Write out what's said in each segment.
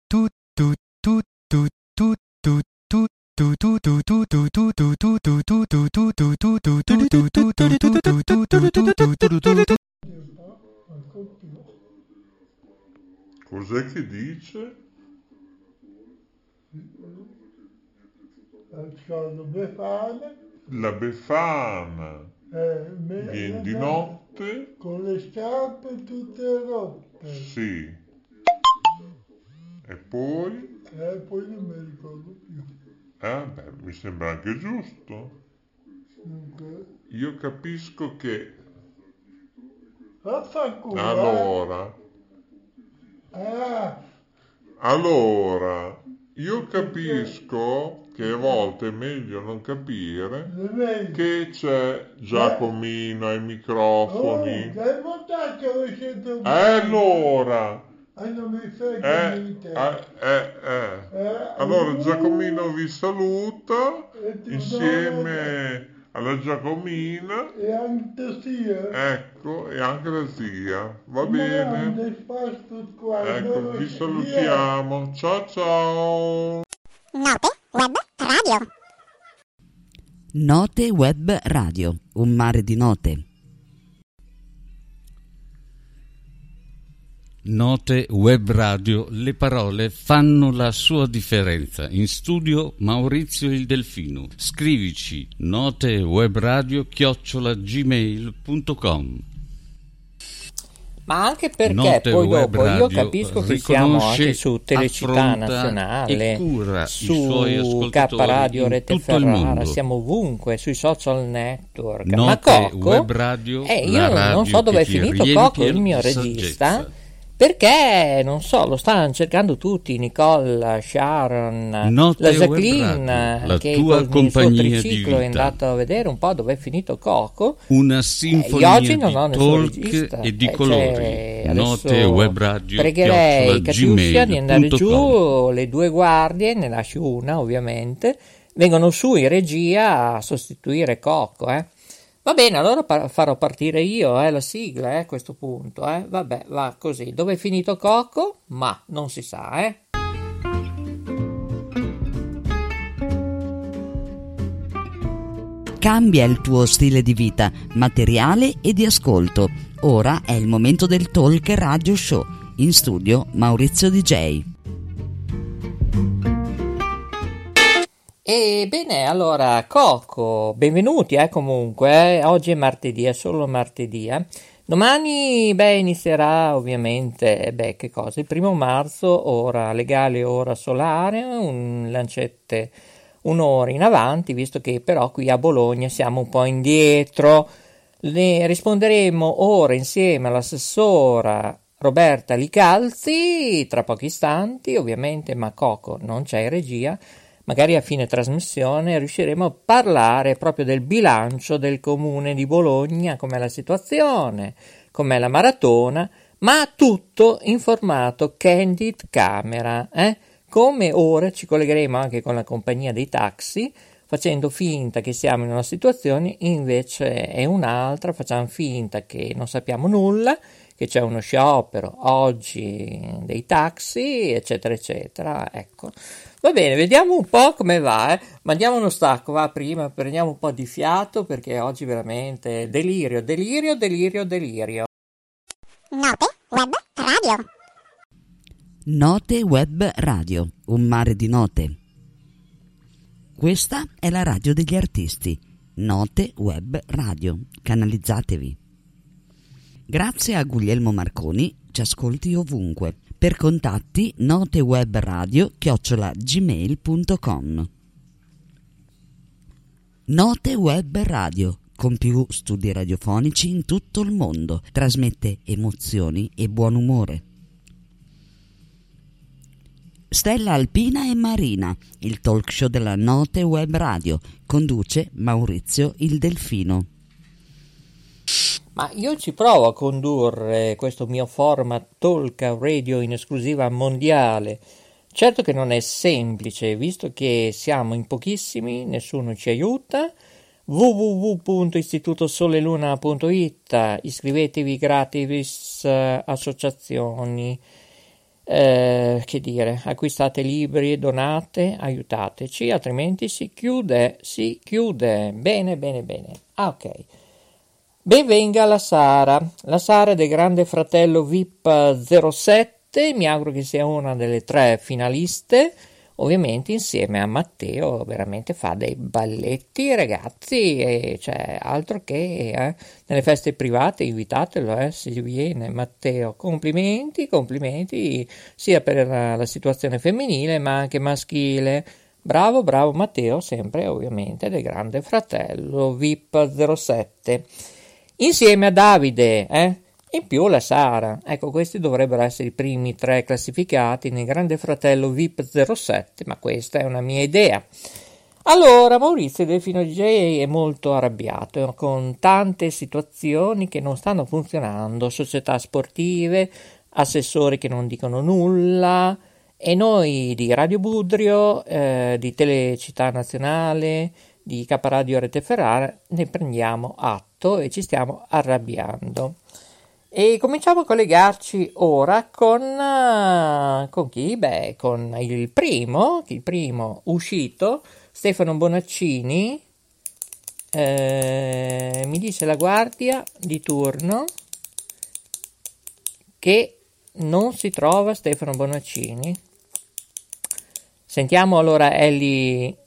Cos'è che dice? La Befana viene di notte con le scarpe tutte rotte. Sì. E poi? Poi non mi ricordo più. Mi sembra anche giusto. Dunque. Io capisco che Vaffanculo. Allora, io capisco che a volte è meglio non capire che c'è Giacomino ai microfoni. Allora, non mi frega niente. allora Giacomino vi saluta insieme alla Giacomina e anche la zia. Ecco, e anche la zia. Va bene. Qua, Ecco, vi salutiamo. Ciao ciao. Note Web Radio. Note Web Radio, un mare di note. Note Web Radio, le parole fanno la sua differenza. In studio Maurizio il Delfino. Scrivici notewebradio@gmail.com. Ma anche perché Note poi Web dopo io Radio capisco che siamo anche su Telecittà affronta Nazionale, e cura su i suoi K ascoltatori Radio in Rete tutto il Ferrara, mondo. siamo ovunque, sui social network. Note Ma Cocco, Web Radio, la io non radio so dove è che ti finito riempie Cocco, il mio di regista, saggezza. perché non so, lo stanno cercando tutti, Nicole, Sharon, Note la Web Jacqueline, Radio, la che tua con il suo compagnia di triciclo è vita. andato a vedere un po' dove è finito Cocco. Una Io sinfonia oggi non ho di nessun talk regista, e di cioè, colori. Note adesso Web Radio pregherei Catiuscia di andare @gmail.com. giù, le due guardie, ne lasci una ovviamente, vengono su in regia a sostituire Cocco, Va bene, allora farò partire io la sigla a questo punto, vabbè, va così. Dove è finito Cocco? Ma non si sa, Cambia il tuo stile di vita, materiale e di ascolto. Ora è il momento del Talk Radio Show. In studio Maurizio DJ. E bene, allora, Cocco, benvenuti comunque, oggi è martedì, è solo martedì. Domani, inizierà ovviamente, che cosa? Il 1° marzo, ora legale, ora solare, un lancette un'ora in avanti, visto che però qui a Bologna siamo un po' indietro. Ne risponderemo ora insieme all'assessora Roberta Licalzi, tra pochi istanti, ovviamente, ma Cocco non c'è in regia. Magari a fine trasmissione riusciremo a parlare proprio del bilancio del comune di Bologna, com'è la situazione, com'è la maratona, ma tutto in formato candid camera, Come ora ci collegheremo anche con la compagnia dei taxi, facendo finta che siamo in una situazione, invece è un'altra, facciamo finta che non sappiamo nulla, che c'è uno sciopero oggi dei taxi, eccetera, eccetera, ecco. Va bene, vediamo un po' come va, Mandiamo uno stacco, prima prendiamo un po' di fiato, perché oggi veramente delirio. Note Web Radio. Note Web Radio, un mare di note. Questa è la radio degli artisti. Note Web Radio, canalizzatevi. Grazie a Guglielmo Marconi, ci ascolti ovunque. Per contatti notewebradio@gmail.com. Note Web Radio, con più studi radiofonici in tutto il mondo, trasmette emozioni e buon umore. Stella Alpina e Marina, il talk show della Note Web Radio, conduce Maurizio il Delfino. Ma io ci provo a condurre questo mio format talk radio in esclusiva mondiale. Certo che non è semplice, visto che siamo in pochissimi, nessuno ci aiuta. www.istitutosoleluna.it, iscrivetevi gratis, associazioni, Che dire, acquistate libri, donate, aiutateci, altrimenti si chiude. Bene. Ah, ok. Ben venga la Sara del Grande Fratello VIP 07, mi auguro che sia una delle 3 finaliste, ovviamente insieme a Matteo, veramente fa dei balletti, ragazzi, e cioè altro che nelle feste private invitatelo, se viene Matteo. Complimenti sia per la situazione femminile ma anche maschile. Bravo Matteo, sempre ovviamente del Grande Fratello VIP 07. Insieme a Davide, in più la Sara. Ecco, questi dovrebbero essere i primi 3 classificati nel Grande Fratello VIP 07, ma questa è una mia idea. Allora, Maurizio Delfino DJ è molto arrabbiato con tante situazioni che non stanno funzionando, società sportive, assessori che non dicono nulla, e noi di Radio Budrio, di Telecittà Nazionale, di Caparadio Rete Ferrara ne prendiamo atto e ci stiamo arrabbiando. E cominciamo a collegarci ora con chi? Beh, con il primo uscito, Stefano Bonaccini. Mi dice la guardia di turno che non si trova Stefano Bonaccini. Sentiamo allora Ellie.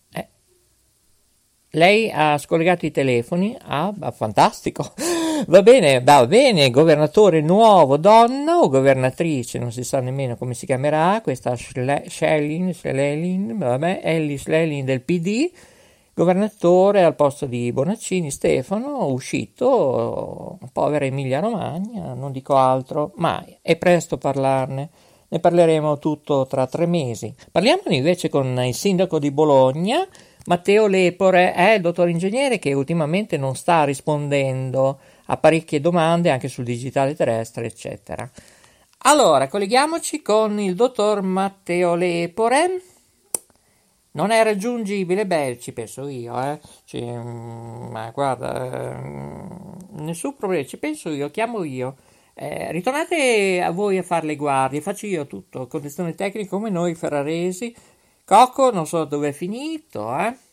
Lei ha scollegato i telefoni? Ah, fantastico. Va bene, governatore nuovo, donna o governatrice, non si sa nemmeno come si chiamerà, questa Ellie Schlein del PD, governatore al posto di Bonaccini. Stefano, uscito, povera Emilia Romagna, non dico altro, ma è presto parlarne. Ne parleremo tutto tra 3 mesi. Parliamone invece con il sindaco di Bologna, Matteo Lepore, è il dottor ingegnere che ultimamente non sta rispondendo a parecchie domande anche sul digitale terrestre, eccetera. Allora, colleghiamoci con il dottor Matteo Lepore. Non è raggiungibile? Beh, ci penso io, ma guarda, nessun problema, ci penso io, chiamo io. Ritornate a voi a fare le guardie, faccio io tutto, condizioni tecniche come noi ferraresi. Cocco, non so dove è finito,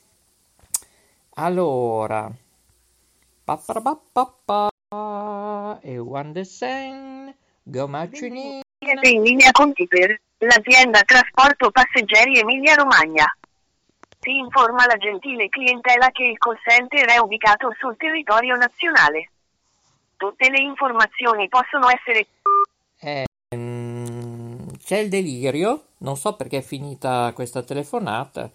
Allora, e one the same, go Maccini. In linea conti per l'azienda trasporto passeggeri Emilia Romagna. Si informa la gentile clientela che il call center è ubicato sul territorio nazionale. Tutte le informazioni possono essere... C'è il delirio, non so perché è finita questa telefonata,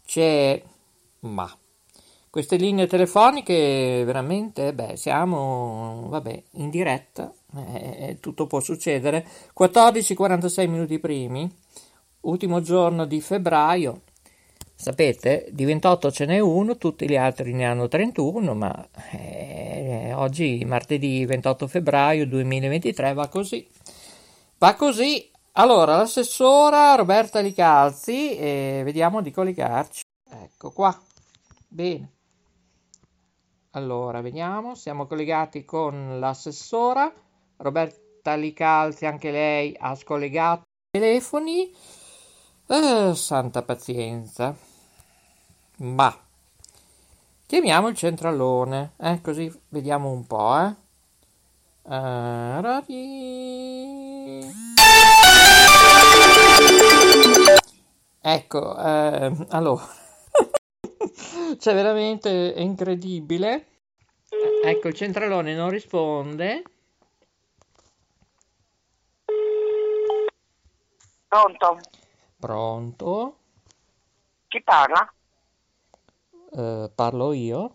ma queste linee telefoniche veramente, siamo, in diretta, tutto può succedere. 14:46 minuti primi, ultimo giorno di febbraio, sapete, di 28 ce n'è uno, tutti gli altri ne hanno 31, ma oggi, martedì 28 febbraio 2023, va così. Allora, l'assessora Roberta Licalzi, vediamo di collegarci. Ecco qua. Bene. Allora, vediamo, siamo collegati con l'assessora Roberta Licalzi, anche lei ha scollegato i telefoni. Santa pazienza. Ma chiamiamo il centralone, così vediamo un po', Ecco, allora, cioè veramente è incredibile. Ecco, il centralone non risponde. Pronto? Chi parla? Parlo io?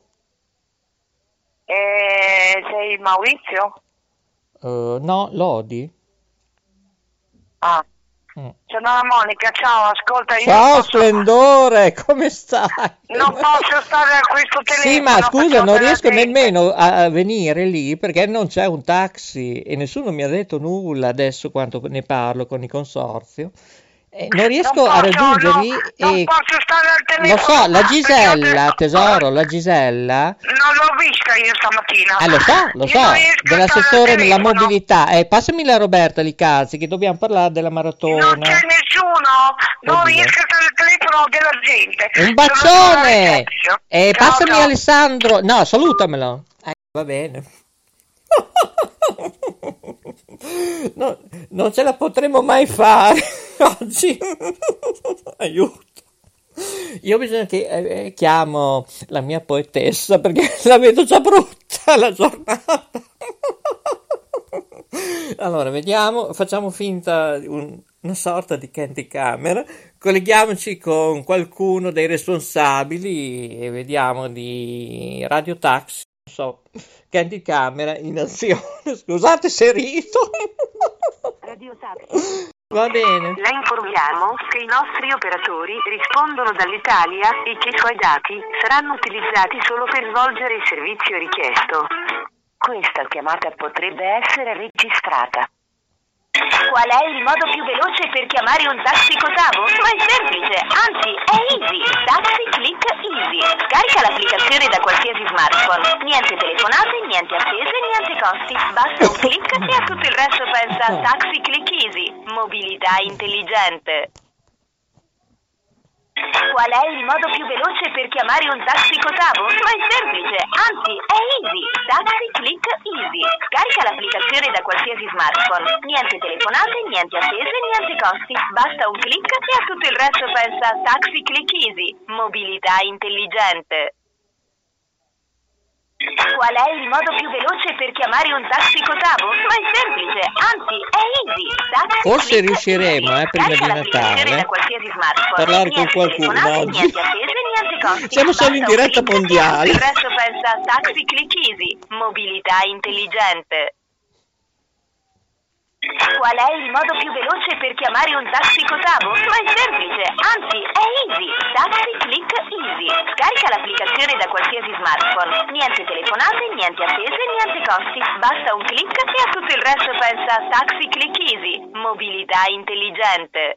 Sei Maurizio? No, Lodi. Ah. Sono la Monica, ciao, ascolta, io ciao Splendore, come stai? Non posso stare a questo telefono. Sì, ma scusa, non riesco nemmeno a venire lì perché non c'è un taxi e nessuno mi ha detto nulla adesso quando ne parlo con il consorzio. Non riesco Non a posso, raggiungervi non e posso stare al lo telefono. so, la perché Gisella, adesso- tesoro, la Gisella, Non l'ho vista io stamattina. lo so, Io non riesco a dell'assessore stare al nella telefono. mobilità. Passami la Roberta Licazzi che dobbiamo parlare della Non maratona. c'è nessuno, non Oddio. riesco a stare al telefono della gente. Un Sono bacione! sulla reception. Ciao, Passami ciao. Alessandro, no, salutamelo. Va bene. No, non ce la potremo mai fare oggi. Aiuto. Io bisogna che chiamo la mia poetessa perché la vedo già brutta la giornata. Allora, vediamo, facciamo finta di una sorta di canticamera, colleghiamoci con qualcuno dei responsabili e vediamo di Radio Taxi, non so, canticamera in azione. Scusate se rido. Radio Taxi. Va bene. La informiamo che i nostri operatori rispondono dall'Italia e che i suoi dati saranno utilizzati solo per svolgere il servizio richiesto. Questa chiamata potrebbe essere registrata. Qual è il modo più veloce per chiamare un taxi Cotavo? Ma è semplice, anzi è easy. Taxi Click Easy. Scarica l'applicazione da qualsiasi smartphone. Niente telefonate, niente attese, niente costi. Basta un click e a tutto il resto pensa a Taxi Click Easy. Mobilità intelligente. Qual è il modo più veloce per chiamare un taxi Cotavo? Ma è semplice, anzi è easy. Taxi Click Easy. Scarica l'applicazione da qualsiasi smartphone. Niente telefonate, niente attese, niente costi. Basta un click e a tutto il resto pensa a Taxi Click Easy. Mobilità intelligente. Qual è il modo più veloce per chiamare un taxi Cotavo? Ma è semplice, anzi è easy. Taxi Forse Click riusciremo, Easy. prima di Scarica l'applicazione Natale, da qualsiasi smartphone. parlare con Niente qualcuno telefonate, oggi. niente attese, niente costi. Siamo solo in Basta un diretta click e mondiale. il resto pensa a Taxi Click Easy. Mobilità intelligente. Qual è il modo più veloce per chiamare un taxi Cotavo? Ma è semplice, anzi è easy. Taxi Click Easy. Scarica l'applicazione da qualsiasi smartphone. Niente telefonate, niente attese, niente costi. Basta un click e a tutto il resto pensa a Taxi Click Easy. Mobilità intelligente.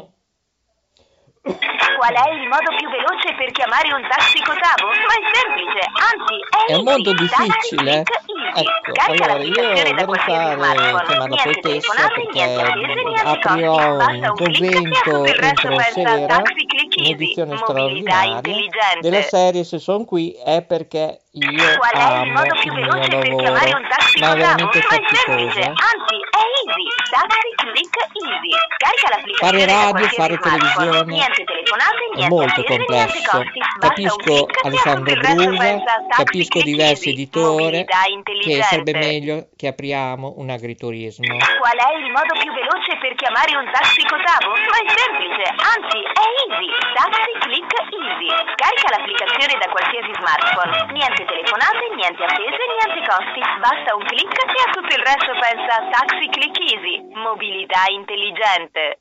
Qual è il modo più veloce per chiamare un taxi Cotavo? Ma è semplice, anzi È un mondo easy. difficile. Taxi Click Easy. Ecco, Scarica allora io l'applicazione da vorrei qualsiasi smartphone. chiamare la Niente poetessa telefonate, perché niente attese, niente aprirò costi. un Basta un click e a convento tutto il resto entro pensa a sera, Taxi Click Easy. un'edizione Mobilità straordinaria intelligente. della serie Se son qui è perché io Qual è il amo modo più il mio veloce per chiamare un lavoro, taxi ma è Cotavo? veramente Ma è semplice, faticosa. anzi è easy. Taxi Click Easy. Scarica l'applicazione Fare da radio, qualsiasi fare smartphone. televisione Niente telefonate, è niente molto attese, niente complesso. costi. Basta un Capisco click e a Alessandro tutto il resto Brusa, pensa a Taxi capisco Click diversi Easy. editori Mobilità che intelligente. sarebbe meglio che apriamo un agriturismo. Qual è il modo più veloce per chiamare un taxi Cotavo? Ma è semplice, anzi è easy. Taxi Click Easy. Scarica l'applicazione da qualsiasi smartphone. Niente telefonate, niente attese, niente costi. Basta un click e a tutto il resto pensa a Taxi Click Easy. Mobilità intelligente.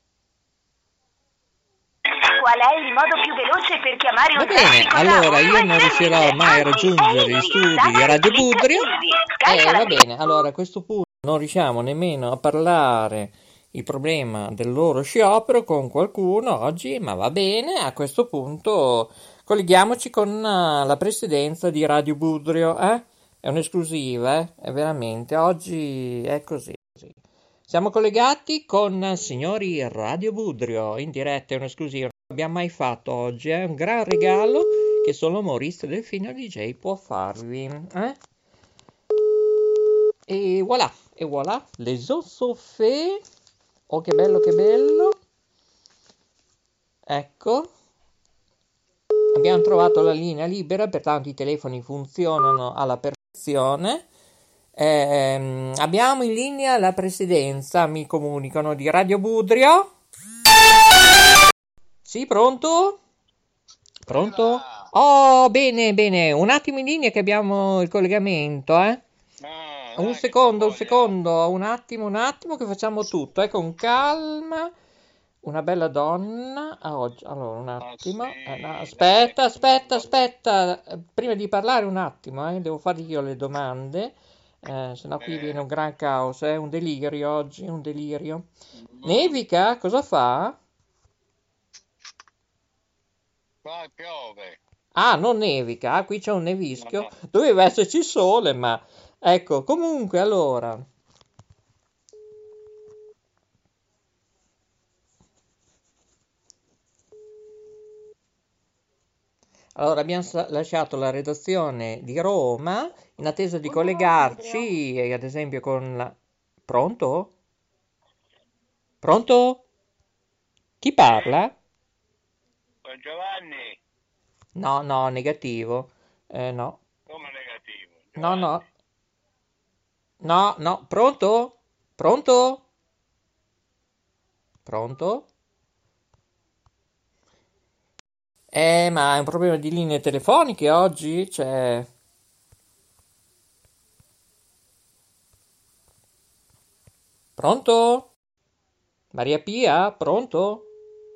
Qual è il modo più veloce per chiamare Va un taxi bene, Cotavo? allora io Ma è non riuscirò semplice, mai a anzi, raggiungere è gli easy. studi di Taxi Radio Click Budrio. Easy. Scarica Va l'applicazione. bene, allora a questo punto non riusciamo nemmeno a parlare il problema del loro sciopero con qualcuno oggi, ma va bene, a questo punto colleghiamoci con la presidenza di Radio Budrio, È un'esclusiva, è veramente, oggi è così. Siamo collegati con signori Radio Budrio, in diretta, è un'esclusiva, non l'abbiamo mai fatto oggi, è un gran regalo che solo Maurizio Delfino DJ può farvi, E voilà, les os sont faits. Oh, che bello, che bello. Ecco. Abbiamo trovato la linea libera, pertanto i telefoni funzionano alla perfezione. Abbiamo in linea la presidenza, mi comunicano, di Radio Budrio. Sì, pronto? Pronto? Oh, bene, bene. Un attimo in linea che abbiamo il collegamento, Un secondo, un attimo che facciamo tutto, con calma. Una bella donna. Oggi. Allora, un attimo. No, aspetta. Prima di parlare un attimo, devo fargli io le domande. Sennò qui viene un gran caos, un delirio oggi, un delirio. Nevica, cosa fa? Qua piove. Ah, non nevica, qui c'è un nevischio, doveva esserci sole, ma ecco, comunque allora. Allora, abbiamo lasciato la redazione di Roma in attesa di collegarci, ad esempio, con la... Pronto? Pronto? Chi parla? Giovanni, No, negativo. No. come negativo? No. No, pronto? Pronto? Pronto? Ma è un problema di linee telefoniche oggi? Cioè... Pronto? Maria Pia? Pronto?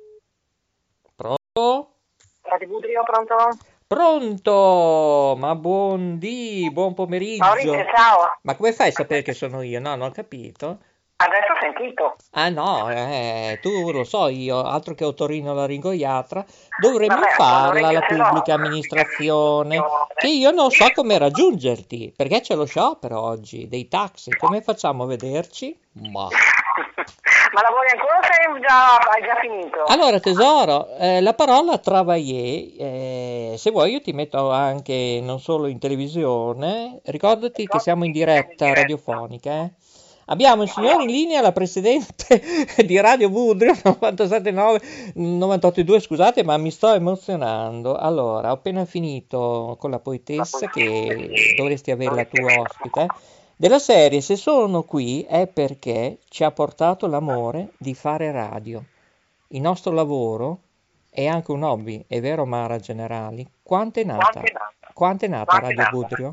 Pronto? Radio Budrio, pronto? Pronto? Ma buon pomeriggio. Maurizio, ciao. Ma come fai a sapere che sono io? No, non ho capito. Adesso ho sentito. Ah no, tu lo so io, altro che otorinolaringoiatra, dovremmo Vabbè, farla la l'orecchio ce l'ho. pubblica amministrazione, che io non so come raggiungerti, perché c'è lo sciopero oggi dei taxi, come facciamo a vederci? Ma... Ma lavori ancora o hai già finito? Allora tesoro, la parola travailler, se vuoi io ti metto anche non solo in televisione, ricordati che siamo in diretta radiofonica, eh? Abbiamo il signore in linea, la presidente di Radio Budrio 97.9, 98.2, scusate, ma mi sto emozionando. Allora, ho appena finito con la poetessa, che dovresti averla tu ospite, della serie Se sono qui è perché ci ha portato l'amore di fare radio. Il nostro lavoro è anche un hobby, è vero Mara Generali? Quanto è nata? Quanto è nata Radio Budrio?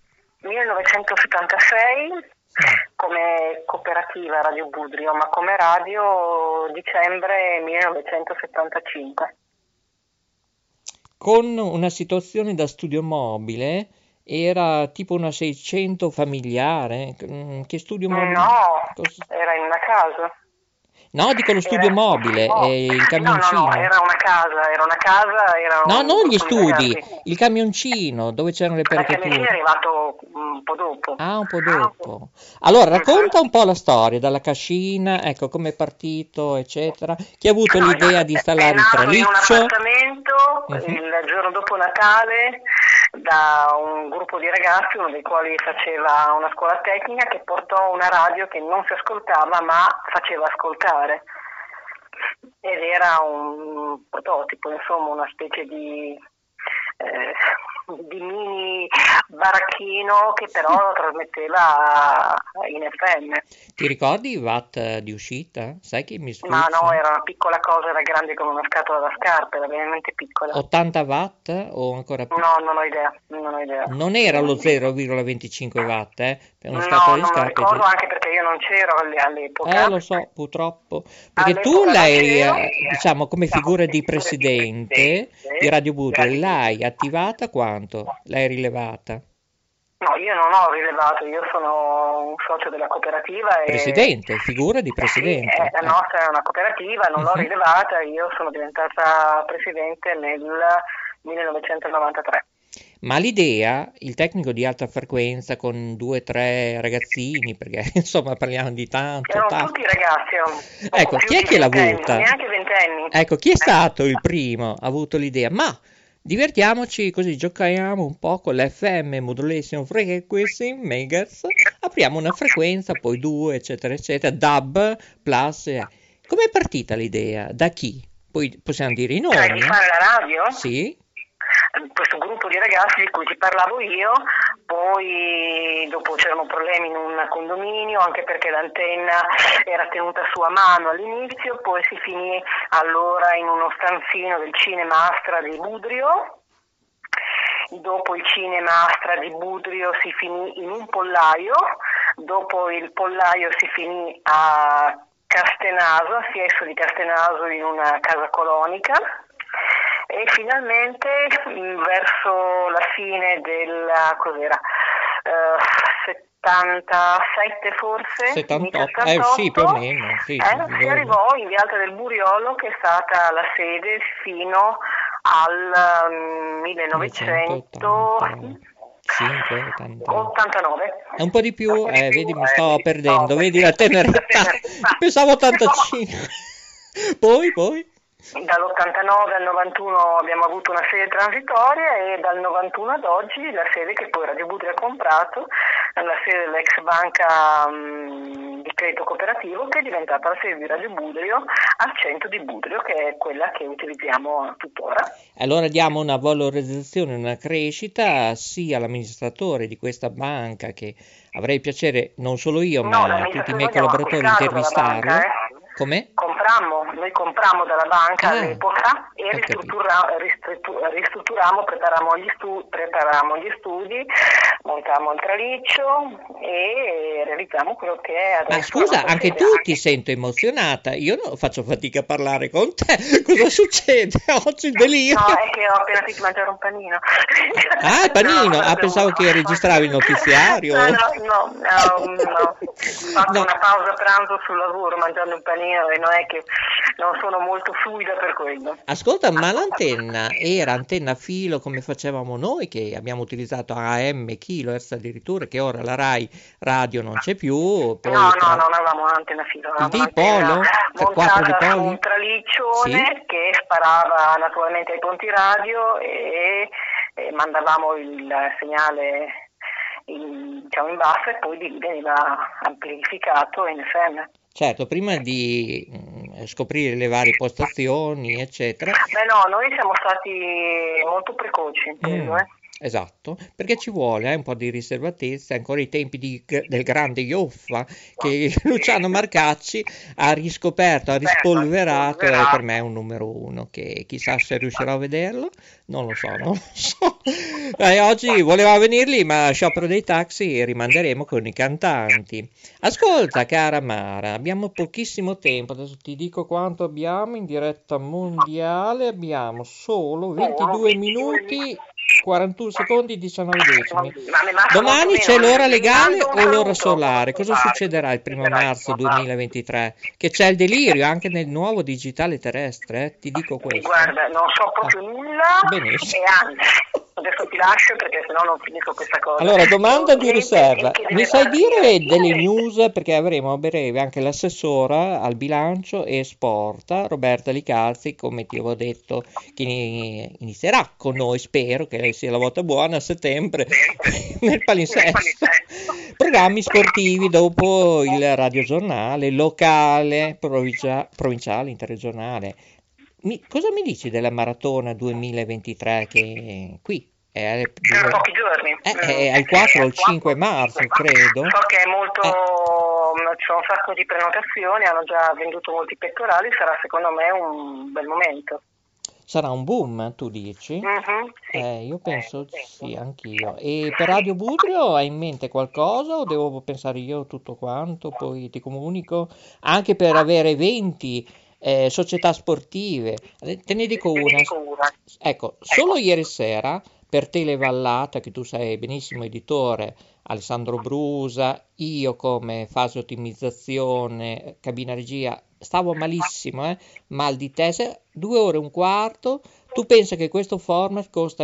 1976 come cooperativa Radio Budrio, ma come radio dicembre 1975. Con una situazione da studio mobile, era tipo una 600 familiare? Che studio mobile? No, era in una casa. No, dico lo studio mobile, il camioncino. No, era una casa, era No, un non gli gruppo di studi, ragazzi. il camioncino dove c'erano le Il camioncino è pericheture. arrivato un po' dopo. Ah, un po' dopo. Allora, racconta un po' la storia, dalla cascina, ecco, come è partito, eccetera. Chi ha avuto l'idea di installare il È nato in un traliccio? appartamento il giorno dopo Natale da un gruppo di ragazzi, uno dei quali faceva una scuola tecnica, che portò una radio che non si ascoltava ma faceva ascoltare. Ed era un prototipo, insomma, una specie di mini baracchino che però trasmetteva in FM. Ti ricordi i watt di uscita? Sai che mi sfugge? Ma no, era una piccola cosa, era grande come una scatola da scarpe, era veramente piccola. 80 watt o ancora più? No, non ho idea. Non era lo 0,25 watt, per una No, scatola di non lo scarpe. ricordo, anche perché io non c'ero all'epoca. Lo so, purtroppo. Perché tu All'epoca l'hai, non c'ero. diciamo, come figura di presidente di Radio Budrio, l'hai attivata quanto? L'hai rilevata? No, io non ho rilevato, io sono un socio della cooperativa. Presidente, figura di presidente. Sì, la nostra è una cooperativa, non l'ho rilevata, io sono diventata presidente nel 1993. Ma l'idea, il tecnico di alta frequenza con 2 o 3 ragazzini, perché insomma parliamo di tanto. Erano tutti ragazzi. Ecco, chi è che l'ha avuta? Neanche 20 anni. Ecco, chi è stato il primo? Ha avuto l'idea, ma divertiamoci così, giochiamo un po' con l'FM, Modulation Frequency, Megahertz, apriamo una frequenza, poi 2, eccetera, eccetera, DAB, plus. Come è partita l'idea? Da chi? Poi possiamo dire i nomi. Cioè di fare la radio? Sì. Questo gruppo di ragazzi di cui ti parlavo io, poi dopo c'erano problemi in un condominio, anche perché l'antenna era tenuta su a mano all'inizio, poi si finì allora in uno stanzino del cinema Astra di Budrio, dopo il cinema Astra di Budrio si finì in un pollaio, dopo il pollaio si finì a Castenaso, a Fiesso di Castenaso, in una casa colonica. E finalmente verso la fine del 77 forse, 78, sì, più o meno, sì, si arrivò in via Alta del Buriolo, che è stata la sede fino al 1989. È un po' di più, vedi, mi sto perdendo, vedi la tenerezza. Pensavo 85. Poi? Dall'89 al 91 abbiamo avuto una sede transitoria e dal 91 ad oggi la sede che poi Radio Budrio ha comprato è la sede dell'ex banca di credito cooperativo, che è diventata la sede di Radio Budrio al centro di Budrio, che è quella che utilizziamo tuttora. Allora diamo una valorizzazione, una crescita sia all'amministratore di questa banca, che avrei piacere non solo io ma tutti i miei collaboratori intervistarlo. Come? Noi comprammo dalla banca all'epoca e ristrutturammo, preparammo gli studi, montammo il traliccio e realizziamo quello che è adesso. Ma scusa, anche tu ti sento emozionata, io faccio fatica a parlare con te, cosa succede oggi? Il delirio? No, è che ho appena finito di mangiare un panino. Ah, il panino? Pensavo che registravi il notiziario. No. Ho fatto una pausa pranzo sul lavoro mangiando un panino e non è che non sono molto fluida per quello. Ascolta, ma l'antenna era antenna a filo come facevamo noi, che abbiamo utilizzato AM, kilohertz addirittura, che ora la Rai radio non c'è più. Poi non avevamo un'antenna a filo, il dipolo, quattro dipoli, un traliccione che sparava naturalmente ai ponti radio e mandavamo il segnale in basso e poi veniva amplificato in FM. Certo, prima di scoprire le varie postazioni, eccetera. Noi siamo stati molto precoci, intendo, Esatto, perché ci vuole un po' di riservatezza, ancora i tempi del grande Ioffa, che Luciano Marcacci ha riscoperto, ha rispolverato, e per me è un numero uno, che chissà se riuscirò a vederlo, non lo so. Oggi voleva venirli, ma sciopero dei taxi, rimanderemo con i cantanti. Ascolta, cara Mara, abbiamo pochissimo tempo, adesso ti dico quanto abbiamo in diretta mondiale, abbiamo solo 22 minuti, 41 secondi, 19 decimi. Domani c'è l'ora legale o l'ora solare? Cosa succederà il 1 marzo 2023? Che c'è il delirio anche nel nuovo digitale terrestre, ti dico questo. Guarda, non so proprio nulla. Benissimo. E anzi, adesso ti lascio perché sennò non finisco questa cosa. Allora, domanda di riserva. Mi sai dire delle news, perché avremo a breve anche l'assessora al bilancio e sport, Roberta Licalzi, come ti avevo detto, che inizierà con noi, spero che sia la volta buona, a settembre, nel palinsesto. Programmi sportivi dopo il radiogiornale, locale, provinciale, interregionale. Cosa mi dici della maratona 2023 che qui è tra pochi giorni? È al 4 o il 5 marzo, credo. So che è molto... C'è un sacco di prenotazioni, hanno già venduto molti pettorali, sarà secondo me un bel momento. Sarà un boom, tu dici? Sì. Io penso sì, anch'io. E per Radio Budrio hai in mente qualcosa o devo pensare io tutto quanto? Poi ti comunico anche per avere eventi, società sportive. Te ne dico una. Ecco, solo ieri sera per Televallata, che tu sei benissimo editore, Alessandro Brusa, io come fase ottimizzazione, cabina regia, stavo malissimo, mal di testa, 2 ore e un quarto. Tu pensa che questo format costa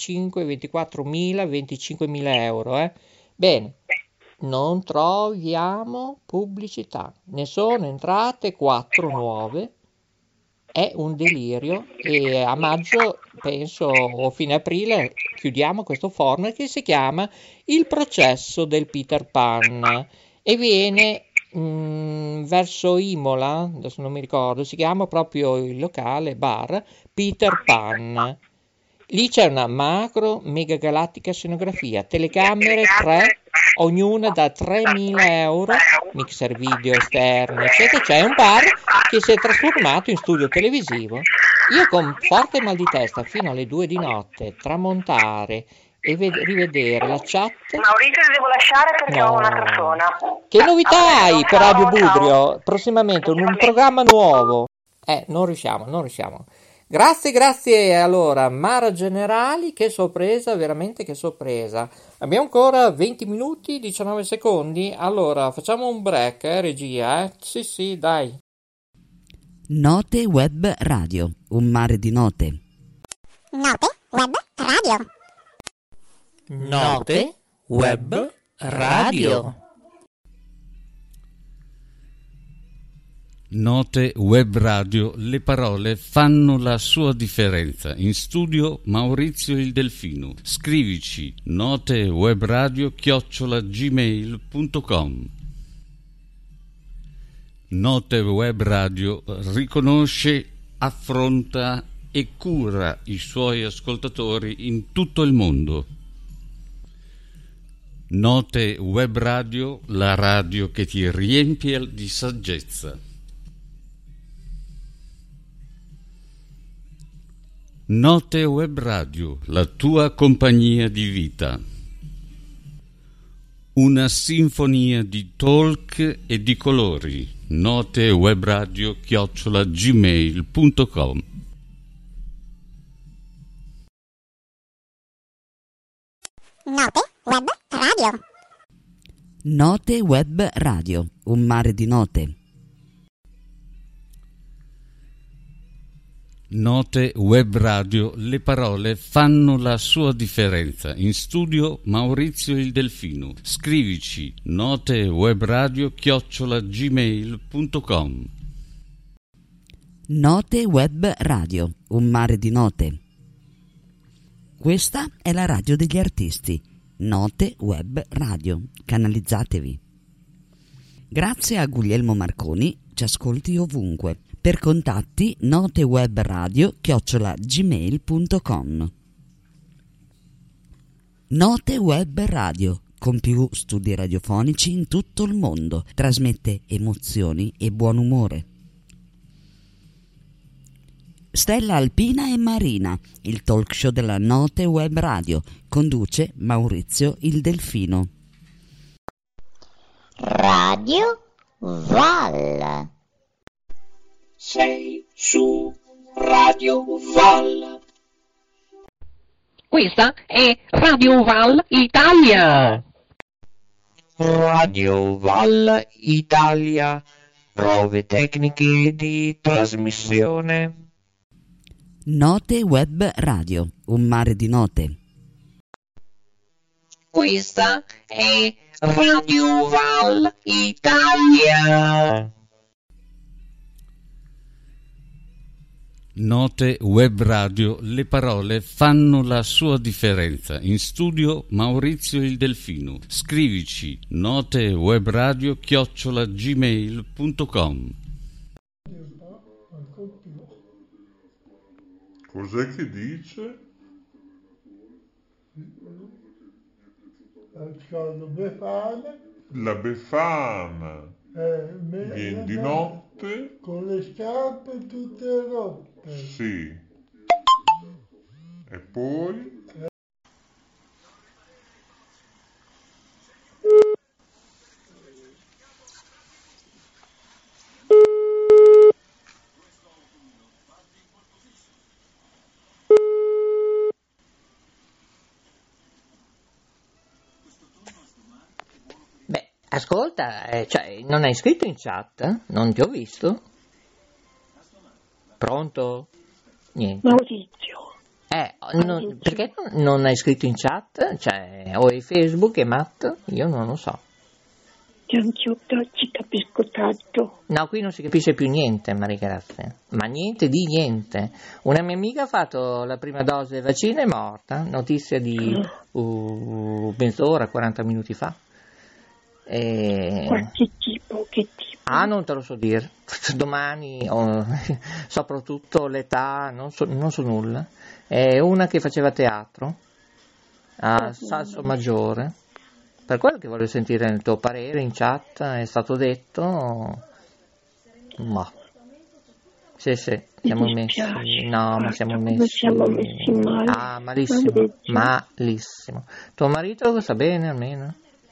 25.000 euro, Bene, non troviamo pubblicità, ne sono entrate 4 nuove, è un delirio, e a maggio, penso, o fine aprile, chiudiamo questo format che si chiama Il processo del Peter Pan e viene verso Imola, adesso non mi ricordo, si chiama proprio il locale bar Peter Pan. Lì c'è una macro mega galattica scenografia, telecamere 3, ognuna da 3.000 euro, mixer video esterno, eccetera. C'è un bar che si è trasformato in studio televisivo. Io con forte mal di testa fino alle 2 di notte, tramontare e rivedere la chat. Maurizio, ti devo lasciare perché ho una persona. Che novità hai per Radio Budrio? Prossimamente un programma nuovo. Non riusciamo. Grazie. Allora, Mara Generali, che sorpresa, veramente che sorpresa. Abbiamo ancora 20 minuti, 19 secondi. Allora, facciamo un break, regia, Sì, dai. Note Web Radio, un mare di note. Note Web Radio. Note Web Radio. Note Web Radio, le parole fanno la sua differenza. In studio Maurizio il Delfino. Scrivici notewebradio@gmail.com. Note Web Radio riconosce, affronta e cura i suoi ascoltatori in tutto il mondo. Note Web Radio, la radio che ti riempie di saggezza. Note Web Radio, la tua compagnia di vita. Una sinfonia di talk e di colori. notewebradio@gmail.com. Note Web Radio. Note Web Radio, un mare di note. Note Web Radio, le parole fanno la sua differenza. In studio Maurizio il Delfino. Scrivici notewebradio@gmail.com. Note Web Radio, un mare di note. Questa è la radio degli artisti. Note Web Radio, canalizzatevi. Grazie a Guglielmo Marconi, ci ascolti ovunque. Per contatti notewebradio@gmail.com. Note Web Radio, con più studi radiofonici in tutto il mondo, trasmette emozioni e buon umore. Stella Alpina e Marina, il talk show della Note Web Radio, conduce Maurizio il Delfino. Radio Val. Sei su Radio Val. Questa è Radio Val Italia. Radio Val Italia. Prove tecniche di trasmissione. Note Web Radio, un mare di note. Questa è Radio Val Italia. Note Web Radio, le parole fanno la sua differenza. In studio Maurizio il Delfino. Scrivici notewebradio@gmail.com. Cos'è che dice? La Befana. Viene di notte. Con le scarpe tutte rotte. Sì. E poi? Ascolta, non hai scritto in chat? Non ti ho visto? Pronto? Niente. Maurizio. Perché non hai scritto in chat? O è Facebook, è Matt? Io non lo so. Anch'io ci capisco tanto. No, qui non si capisce più niente, Maria Grazia. Ma niente di niente. Una mia amica ha fatto la prima dose del vaccino e è morta. Notizia di mezz'ora, 40 minuti fa. Qualche tipo, che tipo? Non te lo so dire. Domani, soprattutto l'età, non so nulla. È una che faceva teatro a Salso Maggiore. Per quello che voglio sentire il tuo parere in chat, è stato detto. Ma sì, siamo messi. No, ma siamo messi. Siamo messi male. Malissimo. Tuo marito sta bene almeno?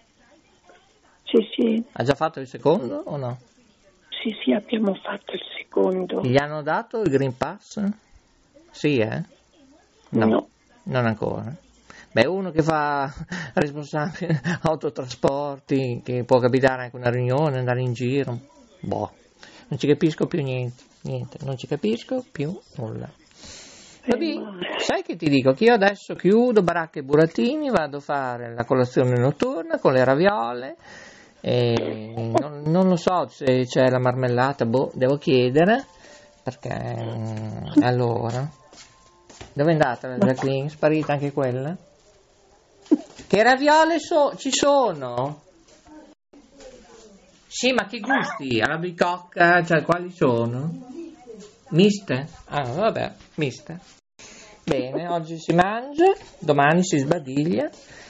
Sì. Ha già fatto il secondo o no? Sì, abbiamo fatto il secondo. Gli hanno dato il Green Pass? Sì, No, non ancora. Beh, uno che fa responsabile autotrasporti, che può capitare anche una riunione, andare in giro. Non ci capisco più niente, non ci capisco più nulla. Sai che ti dico? Che io adesso chiudo baracca e burattini, vado a fare la colazione notturna con le raviole, e non lo so se c'è la marmellata, devo chiedere, perché allora... Dove è andata la Jacqueline? Sparita anche quella? Che raviole ci sono? Sì, ma che gusti? Alla bicocca, cioè quali sono? Miste? Ah, vabbè, miste. Bene, oggi si mangia, domani si sbadiglia.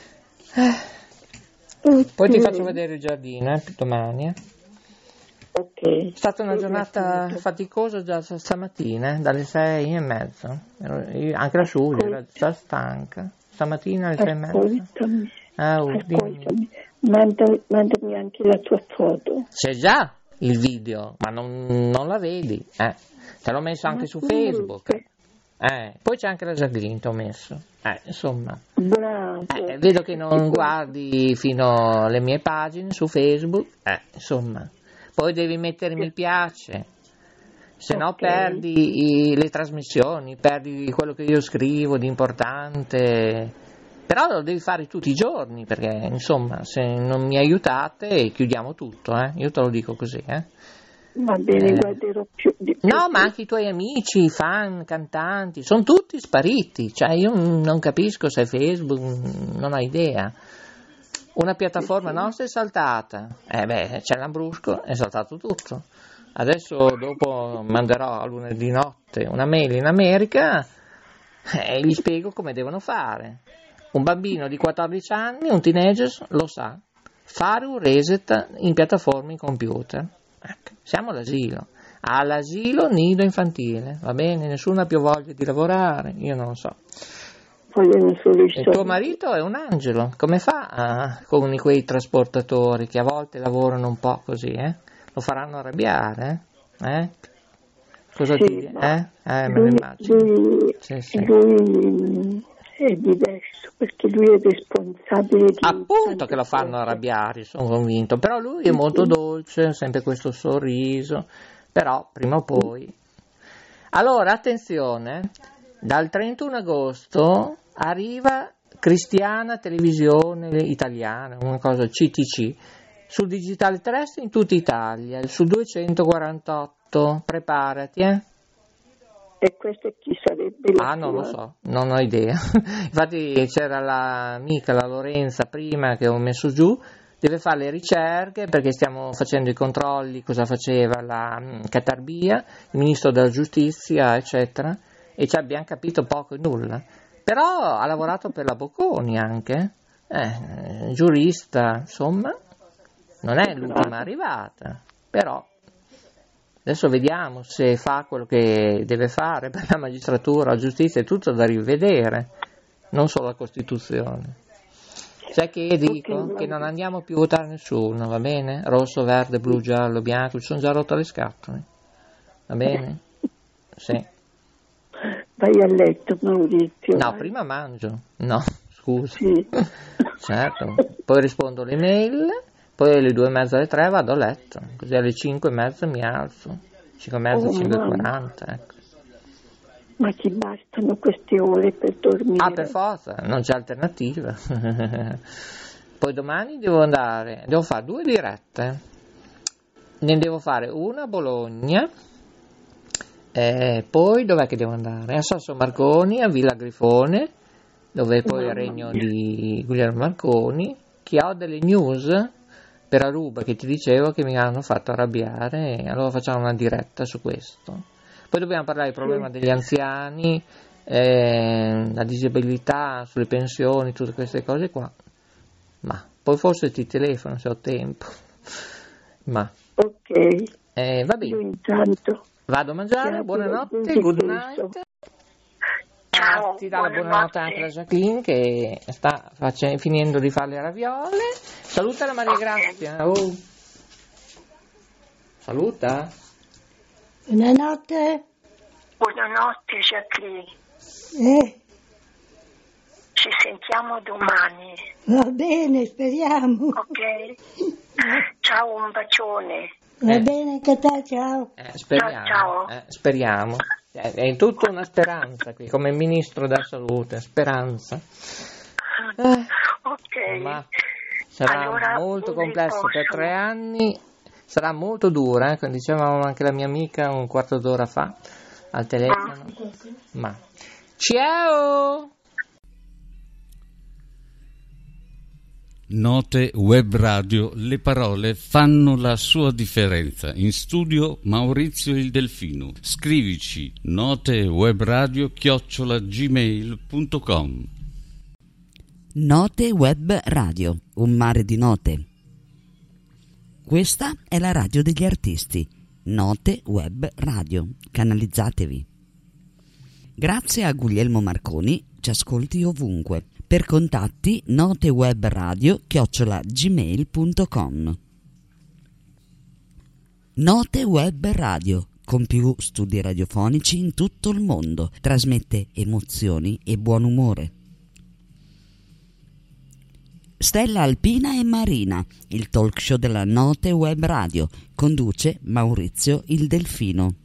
Poi ti faccio vedere il giardino, domani. Ok. È stata una giornata faticosa già stamattina, dalle 6:30. Anche la Giulia era già stanca. Stamattina alle 6:30. Ascoltami, mandami anche la tua foto. C'è già il video, ma non la vedi. Te l'ho messo anche su Facebook. Poi c'è anche la Jacqueline, ti ho messo. Insomma. Bravo. Vedo che non guardi fino alle mie pagine su Facebook. Insomma. Poi devi mettere mi piace, se no perdi le trasmissioni, perdi quello che io scrivo di importante. Però lo devi fare tutti i giorni, perché insomma se non mi aiutate chiudiamo tutto, io te lo dico così. Va bene, guarderò più. No, ma anche i tuoi amici, fan, cantanti, sono tutti spariti, cioè io non capisco se Facebook, non ho idea. Una piattaforma nostra è saltata, c'è l'Ambrusco, è saltato tutto. Adesso dopo manderò a lunedì notte una mail in America e gli spiego come devono fare. Un bambino di 14 anni, un teenager, lo sa, fare un reset in piattaforme in computer. Ecco, siamo all'asilo nido infantile, va bene? Nessuno ha più voglia di lavorare, io non lo so. Il tuo marito è un angelo, come fa con quei trasportatori che a volte lavorano un po' così, Lo faranno arrabbiare, Cosa sì, dire? Me lo immagino. Lui è diverso, perché lui è responsabile di... Appunto che lo fanno arrabbiare, sono convinto, però lui è molto dolce, sempre questo sorriso, però prima o poi... Allora, attenzione, dal 31 agosto arriva Cristiana Televisione Italiana, una cosa CTC, sul digitale terrestre in tutta Italia, su 248, preparati, E questo chi sarebbe la non lo so, non ho idea. Infatti c'era l'amica, la Lorenza, prima che ho messo giù, deve fare le ricerche perché stiamo facendo i controlli, cosa faceva la Catarbia, il ministro della giustizia, eccetera, e ci abbiamo capito poco e nulla. Però ha lavorato per la Bocconi anche, giurista, insomma, non è l'ultima arrivata, però adesso vediamo se fa quello che deve fare per la magistratura, la giustizia, è tutto da rivedere, non solo la Costituzione. Sai che dico? Che non andiamo più a votare nessuno, va bene? Rosso, verde, blu, giallo, bianco, ci sono già rotte le scatole, va bene? Sì. Vai a letto, Maurizio. No, prima mangio. No, scusa. Sì. Certo. Poi rispondo alle mail, poi alle 2:30, alle 3 vado a letto. Così alle 5:30 mi alzo. 5:30, 5:40, ecco. Ma ti bastano queste ore per dormire? Per forza, non c'è alternativa. Poi domani devo fare 2 dirette. Ne devo fare una a Bologna. Poi dov'è che devo andare? A Sasso Marconi, a Villa Grifone, dove poi è il regno di Guglielmo Marconi, che ho delle news per Aruba che ti dicevo che mi hanno fatto arrabbiare, e allora facciamo una diretta su questo. Poi dobbiamo parlare del problema degli anziani, la disabilità, sulle pensioni, tutte queste cose qua. Ma poi forse ti telefono se ho tempo. Ma ok. Va bene. Io intanto vado a mangiare, buonanotte, good night. Ciao, Ti dà la buonanotte anche la Jacqueline che sta finendo di fare le raviole. Saluta la Maria Grazia. Saluta. Buonanotte. Buonanotte Jacqueline. Ci sentiamo domani. Va bene, speriamo. Ok. Ciao, un bacione. Va bene anche te, ciao. Speriamo. Ciao. Speriamo. È tutta una speranza qui, come ministro della salute, speranza. Ok. Ma sarà Allora, molto un complesso per discorso. 3 anni, sarà molto dura, come diceva anche la mia amica un quarto d'ora fa al telefono. Ma ciao! Note Web Radio, le parole fanno la sua differenza. In studio Maurizio il Delfino. Scrivici notewebradio@gmail.com. Note Web Radio, un mare di note. Questa è la radio degli artisti. Note Web Radio. Canalizzatevi. Grazie a Guglielmo Marconi, ci ascolti ovunque. Per contatti notewebradio@gmail.com. Note Web Radio, con più studi radiofonici in tutto il mondo, trasmette emozioni e buon umore. Stella Alpina e Marina, il talk show della Note Web Radio, conduce Maurizio il Delfino.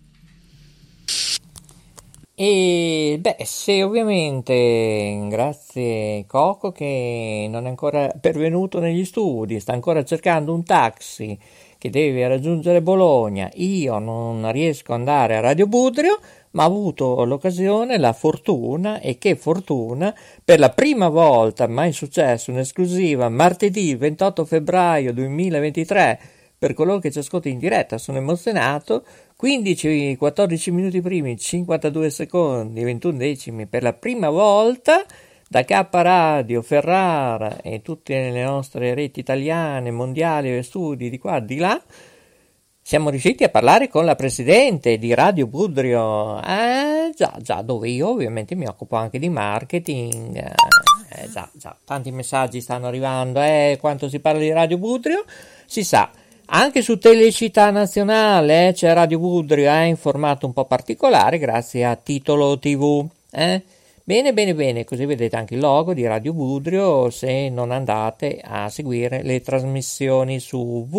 E se ovviamente grazie Coco che non è ancora pervenuto negli studi, sta ancora cercando un taxi che deve raggiungere Bologna, io non riesco ad andare a Radio Budrio, ma ho avuto l'occasione, la fortuna, e che fortuna, per la prima volta mai successo un'esclusiva martedì 28 febbraio 2023 per coloro che ci ascoltano in diretta. Sono emozionato. 15-14 minuti primi, 52 secondi, 21 decimi per la prima volta da K Radio, Ferrara e tutte le nostre reti italiane, mondiali e studi di qua di là. Siamo riusciti a parlare con la presidente di Radio Budrio, già, dove io ovviamente mi occupo anche di marketing, già, tanti messaggi stanno arrivando, quanto si parla di Radio Budrio, si sa. Anche su Telecittà Nazionale c'è Radio Budrio in formato un po' particolare grazie a Titolo TV. Bene, così vedete anche il logo di Radio Budrio se non andate a seguire le trasmissioni su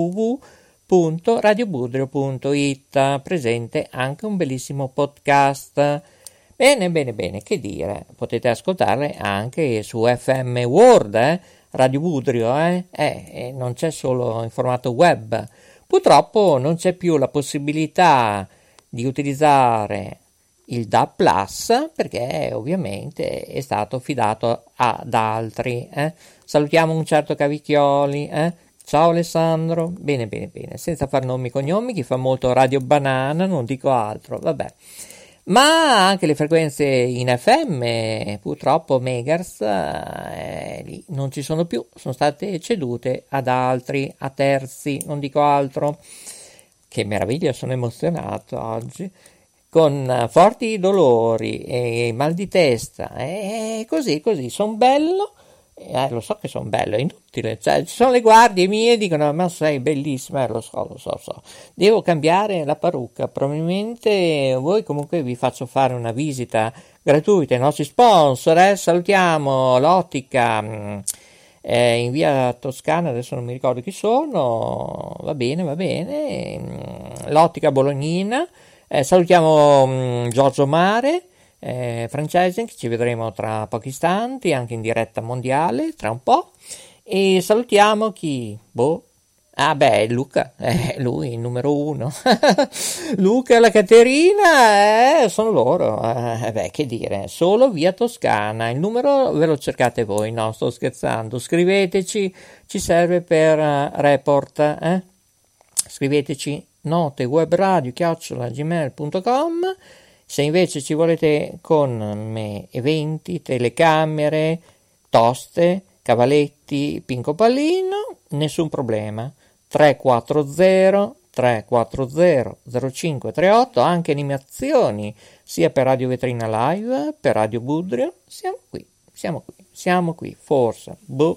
www.radiobudrio.it. Presente anche un bellissimo podcast. Bene, che dire, potete ascoltarle anche su FM World, Radio Budrio, non c'è solo in formato web. Purtroppo non c'è più la possibilità di utilizzare il DAB Plus perché ovviamente è stato affidato ad altri. Salutiamo un certo Cavicchioli. Ciao Alessandro. Bene, senza far nomi e cognomi, chi fa molto Radio Banana, non dico altro, vabbè. Ma anche le frequenze in FM, purtroppo megahertz, lì non ci sono più, sono state cedute ad altri, a terzi, non dico altro. Che meraviglia, sono emozionato oggi, con forti dolori e mal di testa, così, sono bello. Lo so che sono bello, è inutile, cioè, ci sono le guardie mie e dicono ma sei bellissima, lo so, devo cambiare la parrucca, probabilmente voi comunque vi faccio fare una visita gratuita ai nostri sponsor, salutiamo l'Ottica in via Toscana, adesso non mi ricordo chi sono, va bene, l'Ottica Bolognina, salutiamo Giorgio Mare, franchising, ci vedremo tra pochi istanti anche in diretta mondiale tra un po', e salutiamo chi? Luca, lui il numero 1 Luca e la Caterina, sono loro, che dire, solo via Toscana, il numero ve lo cercate voi, no, sto scherzando, scriveteci, ci serve per report, scriveteci notewebradio@gmail.com. Se invece ci volete con me eventi, telecamere, toste, cavaletti, pinco pallino, nessun problema. 340 0538, anche animazioni, sia per Radio Vetrina Live, per Radio Budrio, siamo qui, forza,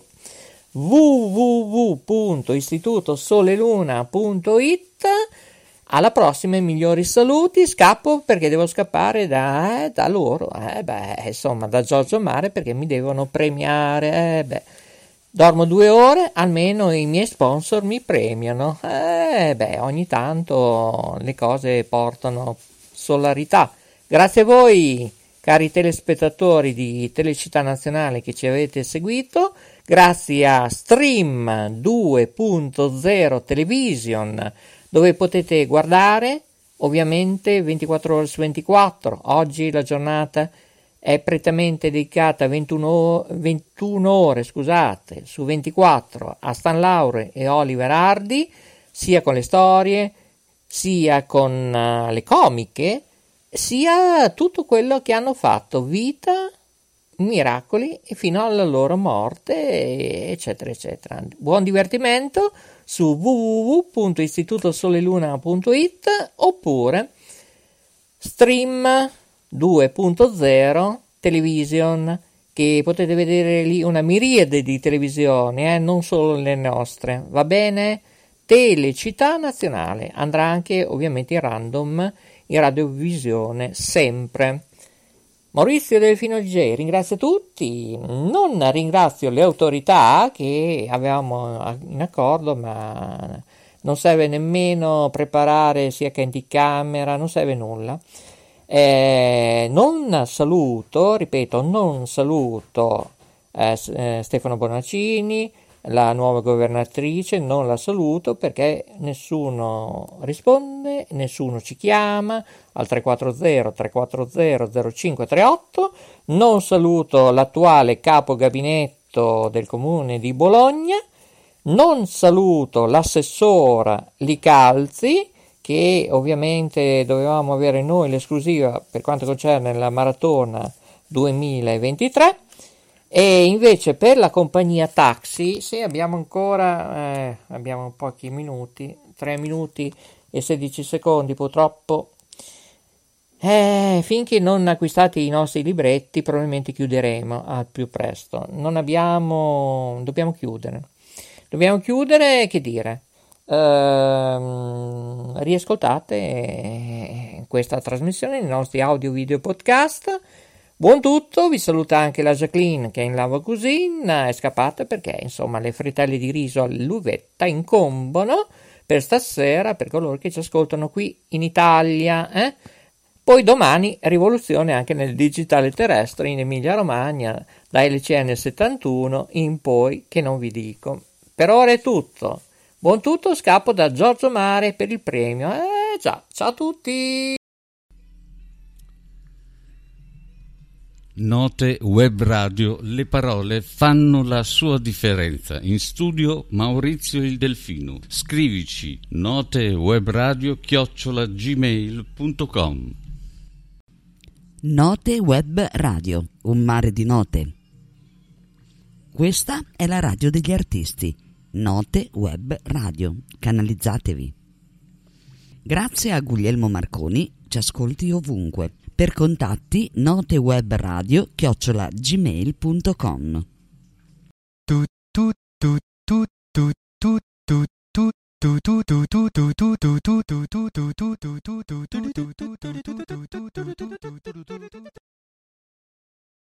www.istitutosoleluna.it. Alla prossima e migliori saluti, scappo perché devo scappare da loro, insomma da Giorgio Mare perché mi devono premiare, dormo 2 ore, almeno i miei sponsor mi premiano, ogni tanto le cose portano solarità, Grazie a voi, cari telespettatori di Telecittà Nazionale che ci avete seguito, grazie a Stream 2.0 Television, dove potete guardare ovviamente 24 ore su 24. Oggi la giornata è prettamente dedicata a 21 ore su 24 a Stan Laurel e Oliver Hardy, sia con le storie, sia con le comiche, sia tutto quello che hanno fatto, vita, miracoli fino alla loro morte, eccetera eccetera. Buon divertimento su www.istitutosoleluna.it oppure Stream 2.0 Television, che potete vedere lì una miriade di televisioni, non solo le nostre, va bene? Telecittà Nazionale, andrà anche ovviamente in random in radiovisione sempre. Maurizio Delfino G ringrazio tutti, non ringrazio le autorità che avevamo in accordo, ma non serve nemmeno preparare sia che anticamera, non serve nulla. Non saluto Stefano Bonaccini, la nuova governatrice, non la saluto perché nessuno risponde, nessuno ci chiama al 340-340-0538, non saluto l'attuale capo gabinetto del comune di Bologna, non saluto l'assessora Licalzi, che ovviamente dovevamo avere noi l'esclusiva per quanto concerne la maratona 2023, e invece per la compagnia taxi, se abbiamo ancora abbiamo pochi minuti, 3 minuti e 16 secondi purtroppo, finché non acquistate i nostri libretti probabilmente chiuderemo al più presto, dobbiamo chiudere, che dire. Riascoltate questa trasmissione nei nostri audio video podcast. Buon tutto, vi saluta anche la Jacqueline che è in Lava Cuisine, è scappata perché insomma le frittelle di riso all'uvetta incombono per stasera per coloro che ci ascoltano qui in Italia. Poi domani rivoluzione anche nel digitale terrestre in Emilia Romagna, da LCN 71 in poi, che non vi dico. Per ora è tutto. Buon tutto, scappo da Giorgio Mare per il premio. Ciao a tutti! Note Web Radio, le parole fanno la sua differenza. In studio Maurizio il Delfino. Scrivici notewebradio@gmail.com. Note Web Radio, un mare di note. Questa è la radio degli artisti. Note Web Radio, canalizzatevi. Grazie a Guglielmo Marconi, ci ascolti ovunque. Per contatti notewebradio@gmail.com.